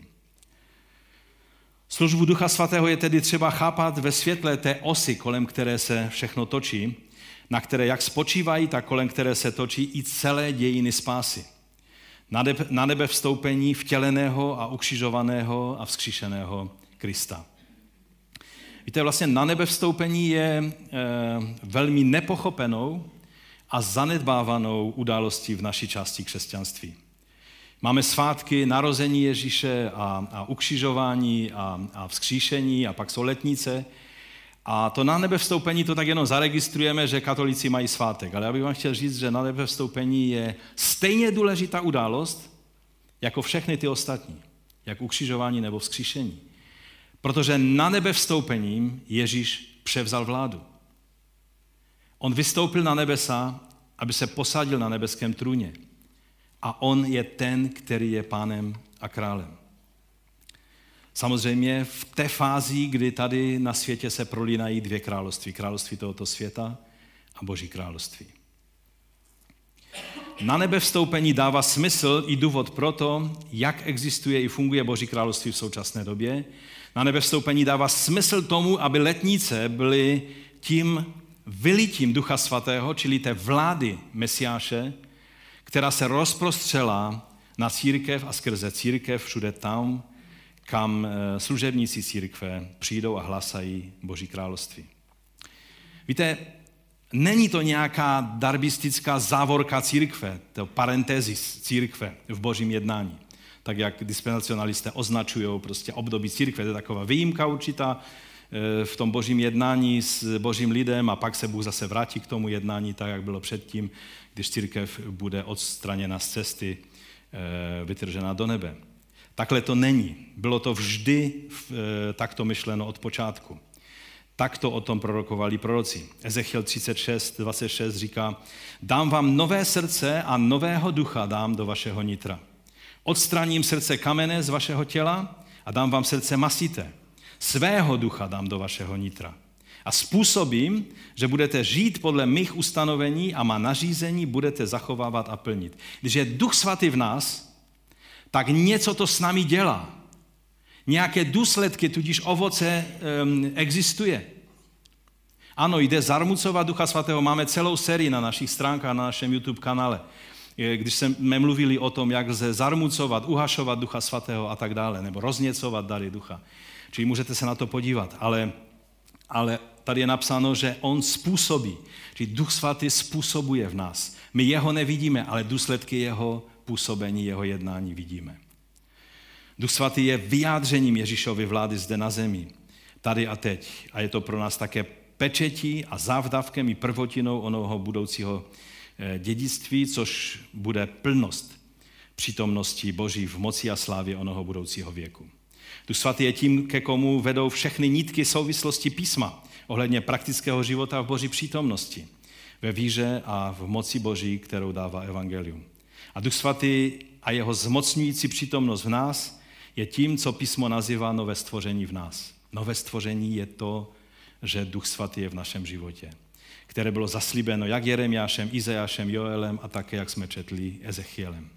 Službu Ducha Svatého je tedy třeba chápat ve světle té osy, kolem které se všechno točí, na které jak spočívají, tak kolem které se točí i celé dějiny spásy. Na nebe vstoupení vtěleného a ukřižovaného a vzkříšeného Krista. Víte, vlastně na nebe vstoupení je velmi nepochopenou a zanedbávanou událostí v naší části křesťanství. Máme svátky narození Ježíše a ukřižování a vzkříšení a pak jsou letnice. A to na nebe vstoupení to tak jenom zaregistrujeme, že katolíci mají svátek. Ale já bych vám chtěl říct, že na nebe vstoupení je stejně důležitá událost, jako všechny ty ostatní. Jak ukřižování nebo vzkříšení. Protože na nebe vstoupením Ježíš převzal vládu. On vystoupil na nebesa, aby se posadil na nebeském trůně. A on je ten, který je pánem a králem. Samozřejmě v té fázi, kdy tady na světě se prolínají dvě království. Království tohoto světa a Boží království. Na nebe vstoupení dává smysl i důvod pro to, jak existuje i funguje Boží království v současné době. Na nebe vstoupení dává smysl tomu, aby letnice byly tím vylitím Ducha Svatého, čili té vlády Mesiáše, která se rozprostřela na církev a skrze církev všude tam, kam služebníci církve přijdou a hlasají Boží království. Víte, není to nějaká darbistická závorka církve, to parentézis církve v Božím jednání. Tak jak dispensacionalisté označují prostě období církve, to je taková výjimka určitá v tom Božím jednání s Božím lidem a pak se Bůh zase vrátí k tomu jednání, tak jak bylo předtím, když církev bude odstraněna z cesty, vytržena do nebe. Takhle to není. Bylo to vždy takto myšleno od počátku. Takto o tom prorokovali proroci. Ezechiel 36:26 říká: dám vám nové srdce a nového ducha dám do vašeho nitra. Odstraním srdce kamenné z vašeho těla a dám vám srdce masité. Svého ducha dám do vašeho nitra. A způsobím, že budete žít podle mých ustanovení a má nařízení budete zachovávat a plnit. Když je Duch Svatý v nás, tak něco to s námi dělá. Nějaké důsledky, tudíž ovoce existuje. Ano, jde zarmucovat Ducha Svatého. Máme celou sérii na našich stránkách, na našem YouTube kanále. Když jsme mluvili o tom, jak lze zarmucovat, uhašovat Ducha Svatého a tak dále, nebo rozněcovat dary Ducha. Čili můžete se na to podívat. Ale tady je napsáno, že on způsobí. Čili Duch Svatý způsobuje v nás. My jeho nevidíme, ale důsledky jeho působení, jeho jednání vidíme. Duch Svatý je vyjádřením Ježíšovy vlády zde na zemi, tady a teď. A je to pro nás také pečetí a závdavkem i prvotinou onoho budoucího dědictví, což bude plnost přítomnosti Boží v moci a slávě onoho budoucího věku. Duch Svatý je tím, ke komu vedou všechny nitky souvislosti písma ohledně praktického života v Boží přítomnosti, ve víře a v moci Boží, kterou dává evangelium. A Duch Svatý a jeho zmocňující přítomnost v nás je tím, co písmo nazývá nové stvoření v nás. Nové stvoření je to, že Duch Svatý je v našem životě, které bylo zaslíbeno jak Jeremiášem, Izajášem, Joelem a také, jak jsme četli, Ezechielem.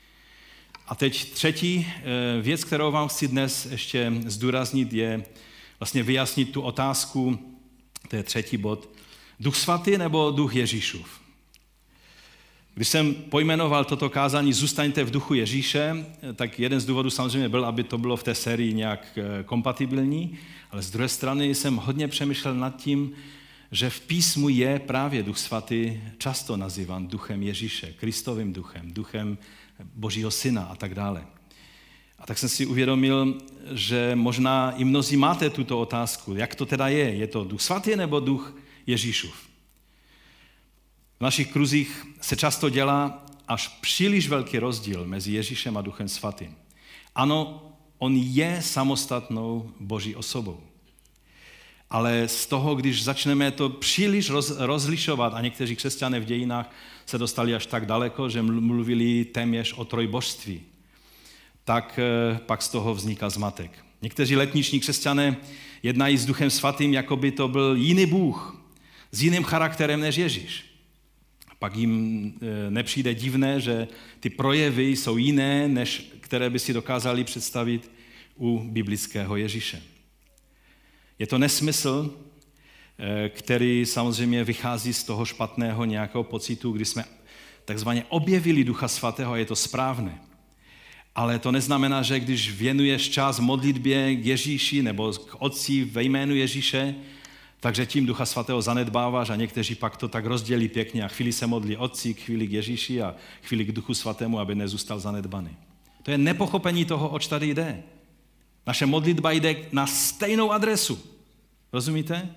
A teď třetí věc, kterou vám chci dnes ještě zdůraznit, je vlastně vyjasnit tu otázku, to je třetí bod, Duch Svatý nebo Duch Ježíšův? Když jsem pojmenoval toto kázání Zůstaňte v duchu Ježíše, tak jeden z důvodů samozřejmě byl, aby to bylo v té sérii nějak kompatibilní, ale z druhé strany jsem hodně přemýšlel nad tím, že v písmu je právě Duch Svatý často nazýván duchem Ježíše, Kristovým duchem, duchem Božího Syna a tak dále. A tak jsem si uvědomil, že možná i mnozí máte tuto otázku. Jak to teda je? Je to Duch Svatý nebo duch Ježíšův? V našich kruzích se často dělá až příliš velký rozdíl mezi Ježíšem a Duchem Svatým. Ano, on je samostatnou Boží osobou. Ale z toho, když začneme to příliš rozlišovat, a někteří křesťané v dějinách se dostali až tak daleko, že mluvili téměř o trojbožství, tak pak z toho vzniká zmatek. Někteří letniční křesťané jednají s Duchem Svatým, jako by to byl jiný Bůh, s jiným charakterem než Ježíš. Pak jim nepřijde divné, že ty projevy jsou jiné, než které by si dokázali představit u biblického Ježíše. Je to nesmysl, který samozřejmě vychází z toho špatného nějakého pocitu, kdy jsme takzvaně objevili Ducha Svatého a je to správné. Ale to neznamená, že když věnuješ čas modlitbě k Ježíši nebo k Otci ve jménu Ježíše, takže tím Ducha Svatého zanedbáváš a někteří pak to tak rozdělí pěkně a chvíli se modlí Otci, chvíli k Ježíši a chvíli k Duchu Svatému, aby nezůstal zanedbaný. To je nepochopení toho, oč tady jde. Naše modlitba jde na stejnou adresu. Rozumíte?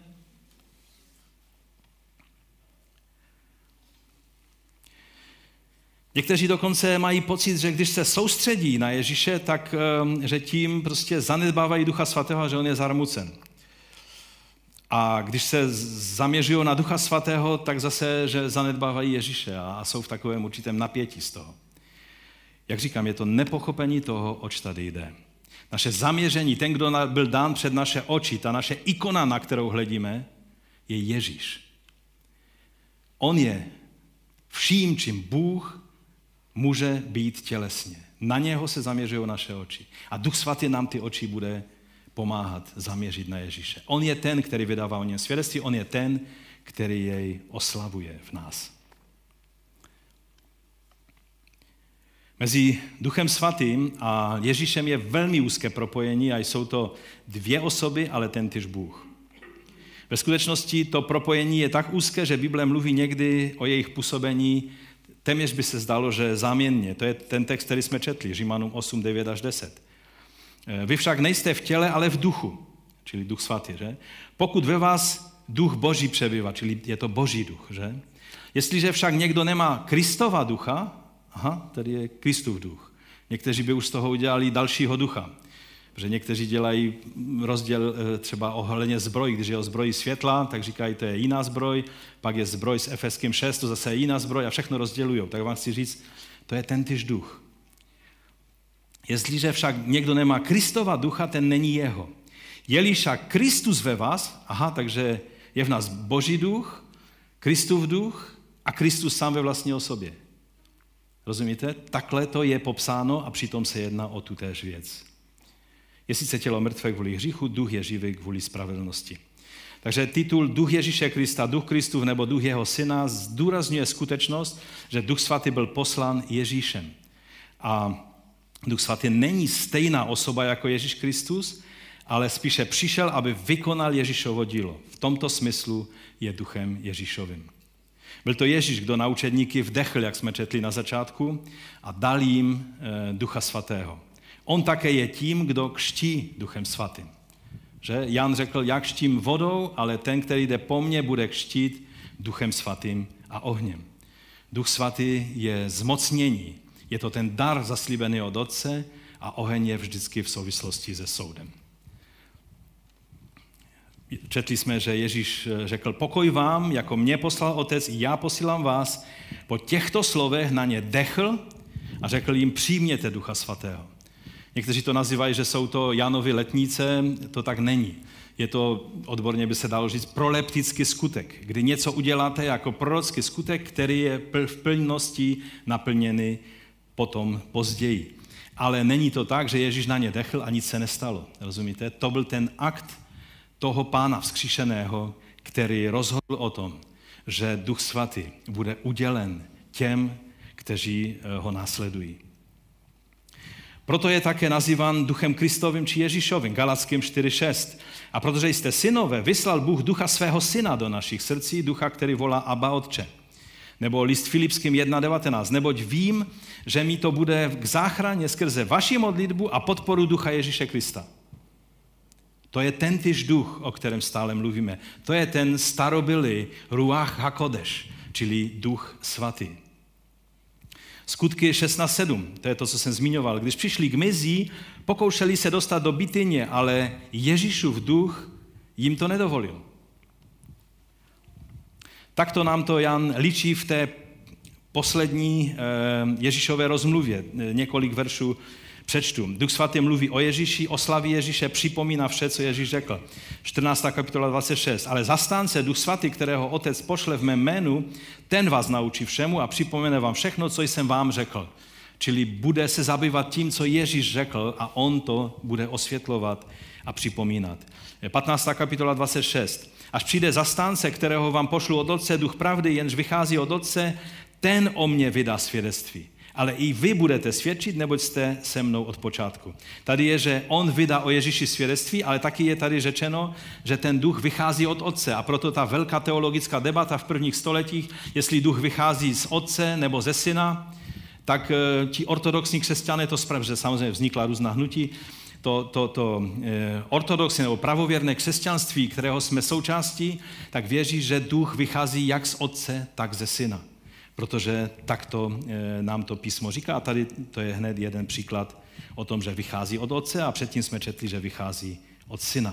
Někteří dokonce mají pocit, že když se soustředí na Ježíše, tak že tím prostě zanedbávají Ducha Svatého a že on je zarmucen. A když se zaměřují na Ducha Svatého, tak zase, že zanedbávají Ježíše a jsou v takovém určitém napětí z toho. Jak říkám, je to nepochopení toho, oč tady jde. Naše zaměření, ten, kdo byl dán před naše oči, ta naše ikona, na kterou hledíme, je Ježíš. On je vším, čím Bůh může být tělesně. Na něho se zaměřují naše oči. A Duch Svatý nám ty oči bude pomáhat zaměřit na Ježíše. On je ten, který vydává o něm svědectví, on je ten, který jej oslavuje v nás. Mezi Duchem Svatým a Ježíšem je velmi úzké propojení a jsou to dvě osoby, ale tentýž Bůh. Ve skutečnosti to propojení je tak úzké, že Bible mluví někdy o jejich působení, téměř by se zdalo, že záměnně. To je ten text, který jsme četli, Římanům 8, 9 až 10. Vy však nejste v těle, ale v duchu, čili Duch Svatý, že? Pokud ve vás Duch Boží přebývá, čili je to Boží duch, že? Jestliže však někdo nemá Kristova ducha, tady je Kristův duch. Někteří by už z toho udělali dalšího ducha, protože někteří dělají rozdíl třeba ohledně zbroj, když je o zbroji světla, tak říkají, to je jiná zbroj, pak je zbroj s Efeským 6, to zase je jiná zbroj a všechno rozdělujou. Tak vám chci říct, to je tentýž duch. Jestliže však někdo nemá Kristova ducha, ten není jeho. Je-li však Kristus ve vás, takže je v nás Boží duch, Kristův duch a Kristus sám ve vlastní osobě. Rozumíte? Takhle to je popsáno a přitom se jedná o tutéž věc. Je sice tělo mrtvé kvůli hříchu, duch je živý kvůli spravedlnosti. Takže titul Duch Ježíše Krista, Duch Kristův nebo Duch jeho syna zdůrazňuje skutečnost, že Duch Svatý byl poslán Ježíšem. A Duch Svatý není stejná osoba jako Ježíš Kristus, ale spíše přišel, aby vykonal Ježíšovo dílo. V tomto smyslu je duchem Ježíšovým. Byl to Ježíš, kdo na učedníky vdechl, jak jsme četli na začátku, a dal jim Ducha Svatého. On také je tím, kdo křtí Duchem Svatým. Že? Jan řekl, já křtím vodou, ale ten, který jde po mně, bude křtít Duchem Svatým a ohněm. Duch Svatý je zmocnění. Je to ten dar zaslíbený od Otce a oheň je vždycky v souvislosti se soudem. Četli jsme, že Ježíš řekl, pokoj vám, jako mě poslal Otec, já posílám vás. Po těchto slovech na ně dechl a řekl jim, přijměte Ducha Svatého. Někteří to nazývají, že jsou to Jánovy letnice, to tak není. Je to, odborně by se dalo říct, proleptický skutek, kdy něco uděláte jako prorocký skutek, který je v plnosti naplněný potom později. Ale není to tak, že Ježíš na ně dechl a nic se nestalo. Rozumíte? To byl ten akt toho Pána vzkříšeného, který rozhodl o tom, že Duch Svatý bude udělen těm, kteří ho následují. Proto je také nazýván duchem Kristovým či Ježíšovým, Galackým 4:6. A protože jste synové, vyslal Bůh ducha svého syna do našich srdcí, ducha, který volá Abba, Otče. Nebo list Filipským 1:19. Neboť vím, že mi to bude k záchraně skrze vaši modlitbu a podporu ducha Ježíše Krista. To je tentýž duch, o kterém stále mluvíme. To je ten starobylý Ruach HaKodeš, čili duch svatý. Skutky 16:7, to je to, co jsem zmiňoval. Když přišli k Mizí, pokoušeli se dostat do Bityně, ale Ježíšův duch jim to nedovolil. Takto nám to Jan líčí v té poslední Ježíšové rozmluvě. Několik veršů přečtu. Duch svatý mluví o Ježíši, oslaví Ježíše, připomíná vše, co Ježíš řekl. 14. kapitola 26. Ale zastánce, Duch svatý, kterého Otec pošle v mém jménu, ten vás naučí všemu a připomene vám všechno, co jsem vám řekl. Čili bude se zabývat tím, co Ježíš řekl a on to bude osvětlovat a připomínat. 15. kapitola 26. Až přijde zastánce, kterého vám pošlu od Otce, Duch pravdy, jenž vychází od Otce, ten o mně vydá svědectví. Ale i vy budete svědčit, neboť jste se mnou od počátku. Tady je, že on vydá o Ježíši svědectví, ale taky je tady řečeno, že ten duch vychází od Otce. A proto ta velká teologická debata v prvních stoletích, jestli duch vychází z Otce nebo ze Syna, tak ti ortodoxní křesťané to spraví, že samozřejmě vznikla různá hnutí, to ortodoxní nebo pravověrné křesťanství, kterého jsme součástí, tak věří, že duch vychází jak z Otce, tak ze Syna. Protože takto nám to písmo říká. A tady to je hned jeden příklad o tom, že vychází od Otce a předtím jsme četli, že vychází od Syna.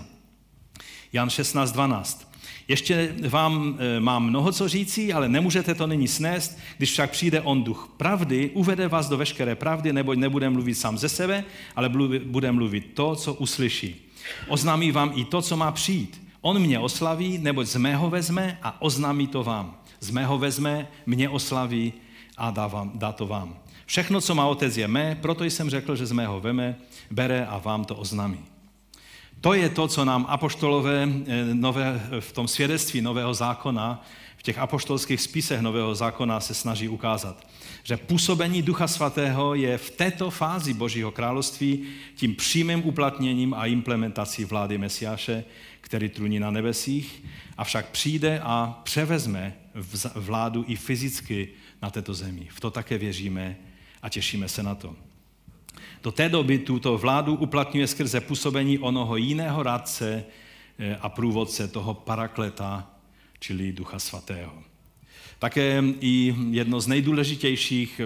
Jan 16:12. Ještě vám mám mnoho co řící, ale nemůžete to nyní snést, když však přijde on duch pravdy, uvede vás do veškeré pravdy, neboť nebude mluvit sám ze sebe, ale bude mluvit to, co uslyší. Oznámí vám i to, co má přijít. On mě oslaví, neboť z mého vezme a oznámí to vám. Z mého vezme, mě oslaví a dá to vám. Všechno, co má Otec, je mé, proto jsem řekl, že z mého bere a vám to oznámí. To je to, co nám apoštolové v tom svědectví Nového zákona, v těch apoštolských spisech Nového zákona se snaží ukázat. Že působení Ducha svatého je v této fázi Božího království tím přímým uplatněním a implementací vlády Mesiáše, který trůní na nebesích, avšak přijde a převezme vládu i fyzicky na této zemi. V to také věříme a těšíme se na to. Do té doby tuto vládu uplatňuje skrze působení onoho jiného rádce a průvodce toho parakleta, čili Ducha svatého. Také i jedno z nejdůležitějších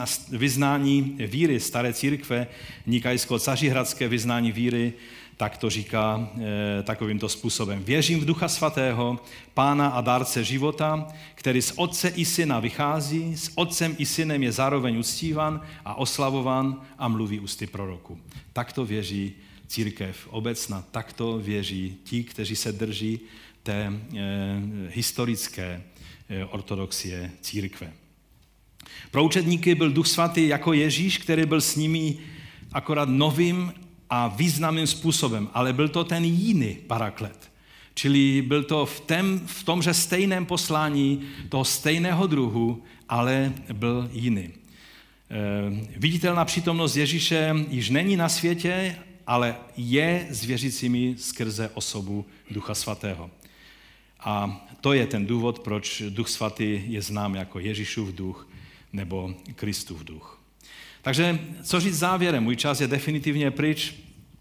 vyznání víry staré církve, nikajsko-cařihradské vyznání víry, tak to říká takovýmto způsobem. Věřím v Ducha svatého, Pána a dárce života, který z Otce i Syna vychází, s Otcem i Synem je zároveň uctívan a oslavován a mluví ústy proroku. Takto věří církev obecná, takto věří ti, kteří se drží té historické ortodoxie církve. Pro učedníky byl Duch svatý jako Ježíš, který byl s nimi akorát novým a významným způsobem, ale byl to ten jiný paraklet. Čili byl to v tomže stejném poslání toho stejného druhu, ale byl jiný. Viditelná přítomnost Ježíše již není na světě, ale je s věřícími skrze osobu Ducha svatého. A to je ten důvod, proč Duch svatý je znám jako Ježíšův duch nebo Kristův duch. Takže co říct závěrem? Můj čas je definitivně pryč.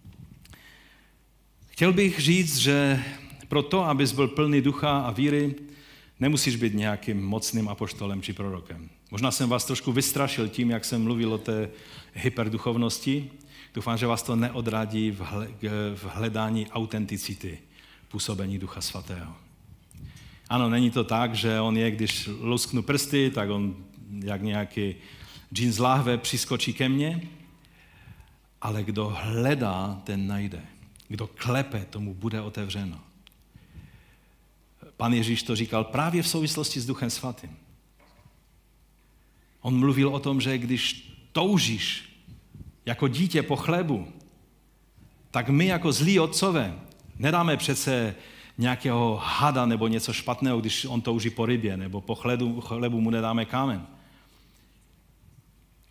Chtěl bych říct, že pro to, abys byl plný ducha a víry, nemusíš být nějakým mocným apoštolem či prorokem. Možná jsem vás trošku vystrašil tím, jak jsem mluvil o té hyperduchovnosti. Doufám, že vás to neodradí v hledání autenticity působení Ducha svatého. Ano, není to tak, že on je, když lusknu prsty, tak on jak nějaký džín z láhve přiskočí ke mně, ale kdo hledá, ten najde. Kdo klepe, tomu bude otevřeno. Pan Ježíš to říkal právě v souvislosti s Duchem svatým. On mluvil o tom, že když toužíš jako dítě po chlebu, tak my jako zlí otcové nedáme přece nějakého hada nebo něco špatného, když on touží po rybě, nebo po chlebu mu nedáme kámen.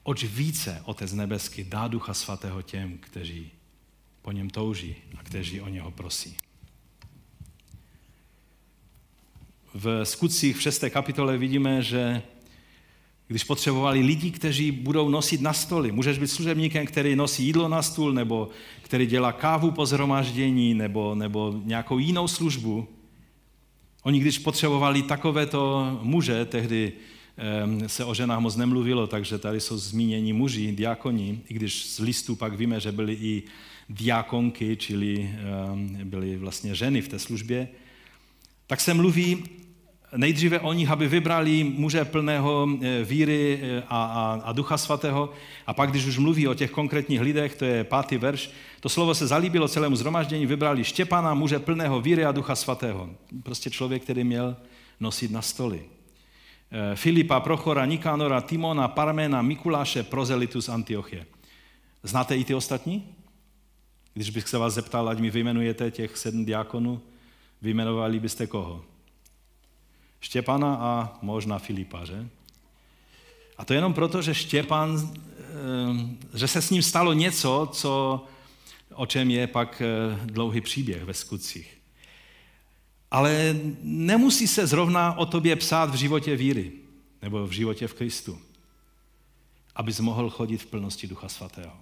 oč více Otec nebeský dá Ducha Svatého těm, kteří po něm touží a kteří o něho prosí. V Skutcích v 6. kapitole vidíme, že když potřebovali lidi, kteří budou nosit na stoly, můžeš být služebníkem, který nosí jídlo na stůl, nebo který dělá kávu po shromáždění, nebo nějakou jinou službu. Oni, když potřebovali takovéto muže, tehdy se o ženách moc nemluvilo, takže tady jsou zmíněni muži, diakoni, i když z listů pak víme, že byly i diakonky, čili byly vlastně ženy v té službě, tak se mluví nejdříve o nich, aby vybrali muže plného víry a Ducha Svatého. A pak, když už mluví o těch konkrétních lidech, to je 5. verš, to slovo se zalíbilo celému shromáždění, vybrali Štěpana, muže plného víry a Ducha Svatého. Prostě člověk, který měl nosit na stoly. Filipa, Prochora, Nikanora, Timona, Parmena, Mikuláše, prozelitu z Antiochie. Znáte i ty ostatní? Když bych se vás zeptal, ať mi vyjmenujete těch 7 diakonů, vyjmenovali byste koho? Štěpana a možná Filipa, že? A to jenom proto, že Štěpan, že se s ním stalo něco, o čem je pak dlouhý příběh ve Skutcích. Ale nemusí se zrovna o tobě psát v životě víry, nebo v životě v Kristu, abys mohl chodit v plnosti Ducha Svatého.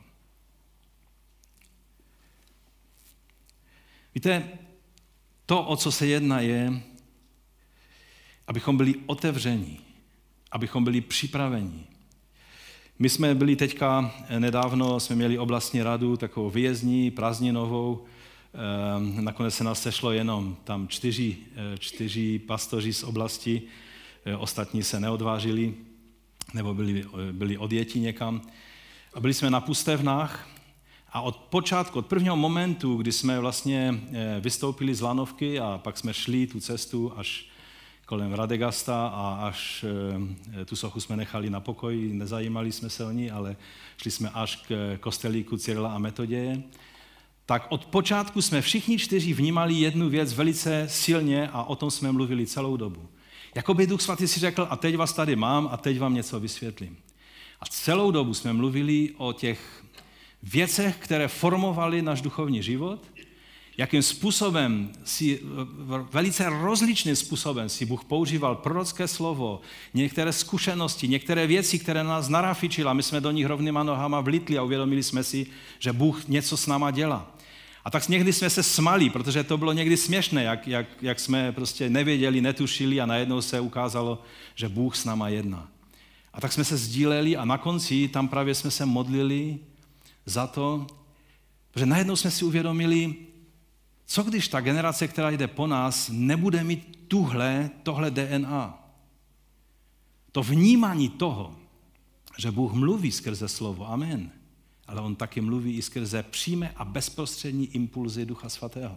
Víte, to, o co se jedná, je, abychom byli otevření, abychom byli připraveni. My jsme byli teďka nedávno, jsme měli oblastní radu, takovou výjezdní, prázdninovou. Nakonec se nás sešlo jenom tam 4 pastoři z oblasti, ostatní se neodvážili, nebo byli odjeti někam. A byli jsme na Pustevnách a od počátku, od prvního momentu, kdy jsme vlastně vystoupili z lanovky a pak jsme šli tu cestu až kolem Radegasta a až tu sochu jsme nechali na pokoji, nezajímali jsme se o ní, ale šli jsme až k kostelíku Cyrila a Metoděje, tak od počátku jsme všichni 4 vnímali jednu věc velice silně a o tom jsme mluvili celou dobu. Jakoby Duch Svatý si řekl, a teď vás tady mám a teď vám něco vysvětlím. A celou dobu jsme mluvili o těch věcech, které formovaly náš duchovní život, jakým způsobem velice rozličným způsobem si Bůh používal prorocké slovo, některé zkušenosti, některé věci, které nás narafičil a my jsme do nich rovnýma nohama vlitli a uvědomili jsme si, že Bůh něco s náma dělá. A tak někdy jsme se smali, protože to bylo někdy směšné, jak jsme prostě nevěděli, netušili a najednou se ukázalo, že Bůh s náma jedná. A tak jsme se sdíleli a na konci tam právě jsme se modlili za to, že najednou jsme si uvědomili, co když ta generace, která jde po nás, nebude mít tohle DNA? To vnímání toho, že Bůh mluví skrze slovo, amen, ale on taky mluví i skrze přímé a bezprostřední impulzy Ducha Svatého.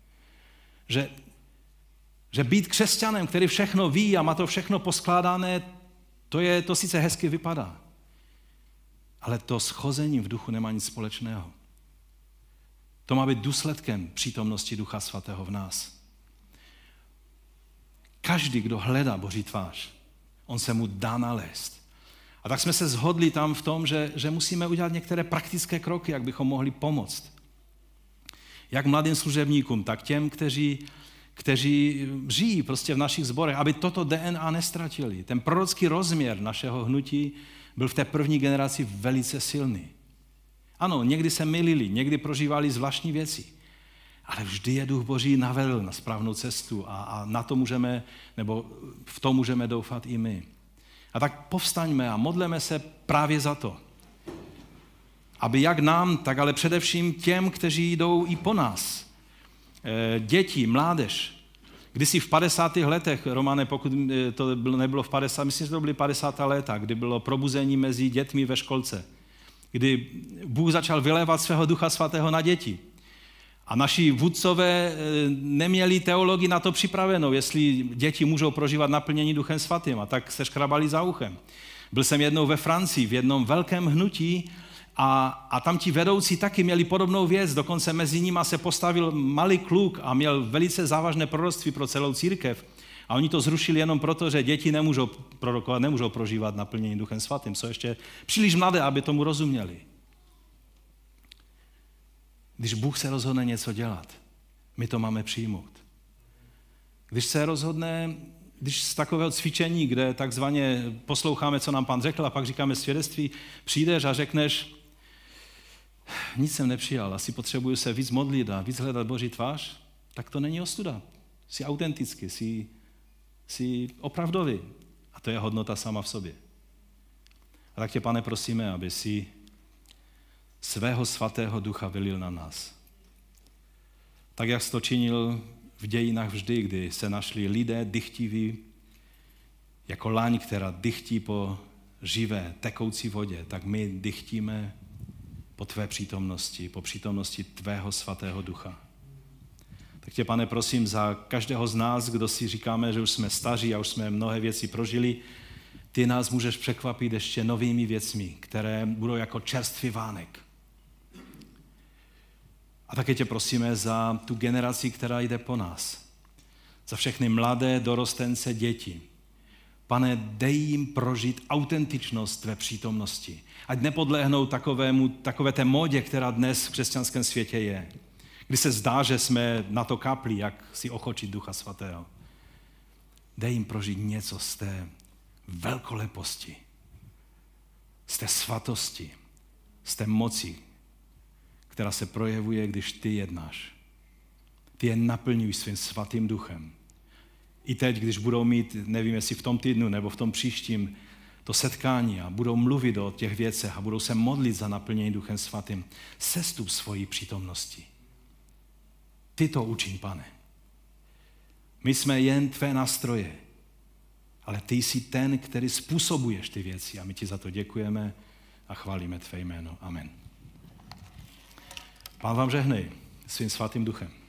Že být křesťanem, který všechno ví a má to všechno poskládané, to sice hezky vypadá, ale to schozením v duchu nemá nic společného. To má být důsledkem přítomnosti Ducha Svatého v nás. Každý, kdo hledá Boží tvář, on se mu dá nalézt. A tak jsme se shodli tam v tom, že musíme udělat některé praktické kroky, jak bychom mohli pomoct. Jak mladým služebníkům, tak těm, kteří žijí prostě v našich sborech, aby toto DNA nestratili. Ten prorocký rozměr našeho hnutí byl v té první generaci velice silný. Ano, někdy se mylili, někdy prožívali zvláštní věci, ale vždy je Duch Boží navedl na správnou cestu a na to můžeme, nebo v tom můžeme doufat i my. A tak povstaňme a modleme se právě za to, aby jak nám, tak ale především těm, kteří jdou i po nás, děti, mládež. Kdysi v 50. letech, Romane, pokud to nebylo v 50, myslím, že to byly 50. léta, kdy bylo probuzení mezi dětmi ve školce, kdy Bůh začal vylévat svého Ducha Svatého na děti. A naši vůdcové neměli teologii na to připravenou, jestli děti můžou prožívat naplnění Duchem Svatým, a tak se škrabali za uchem. Byl jsem jednou ve Francii v jednom velkém hnutí a tam ti vedoucí taky měli podobnou věc, dokonce mezi nimi se postavil malý kluk a měl velice závažné proroctví pro celou církev. A oni to zrušili jenom proto, že děti nemůžou prorokovat, nemůžou prožívat naplnění Duchem Svatým. Jsou ještě příliš mladé, aby tomu rozuměli. Když Bůh se rozhodne něco dělat, my to máme přijmout. Když se rozhodne, když z takového cvičení, kde takzvaně posloucháme, co nám Pán řekl, a pak říkáme svědectví, přijdeš a řekneš, nic jsem nepřijal, asi potřebuju se víc modlit a víc hledat Boží tvář, tak to není ostuda. Jsi autentický, jsi opravdový. A to je hodnota sama v sobě. A tak tě, Pane, prosíme, aby si svého svatého ducha vylil na nás. Tak, jak jsi to činil v dějinách vždy, kdy se našli lidé dychtiví, jako laň, která dychtí po živé, tekoucí vodě, tak my dychtíme po tvé přítomnosti, po přítomnosti tvého svatého ducha. Tak tě, Pane, prosím za každého z nás, kdo si říkáme, že už jsme staří a už jsme mnohé věci prožili, ty nás můžeš překvapit ještě novými věcmi, které budou jako čerstvý vánek. A také tě prosíme za tu generaci, která jde po nás. Za všechny mladé, dorostence, děti. Pane, dej jim prožít autentičnost tvé přítomnosti. Ať nepodlehnou takové té módě, která dnes v křesťanském světě je. Kdy se zdá, že jsme na to kapli, jak si ochočit Ducha Svatého. Dej jim prožít něco z té velkoleposti, z té svatosti, z té moci, která se projevuje, když ty jednáš. Ty je naplňuj svým svatým duchem. I teď, když budou mít, nevím, jestli v tom týdnu nebo v tom příštím, to setkání a budou mluvit o těch věcech a budou se modlit za naplnění Duchem Svatým, sestup svojí přítomnosti. Ty to učiň, Pane. My jsme jen tvé nástroje, ale ty jsi ten, který způsobuješ ty věci a my ti za to děkujeme a chválíme tvé jméno. Amen. Pán vám žehnej svým svatým duchem.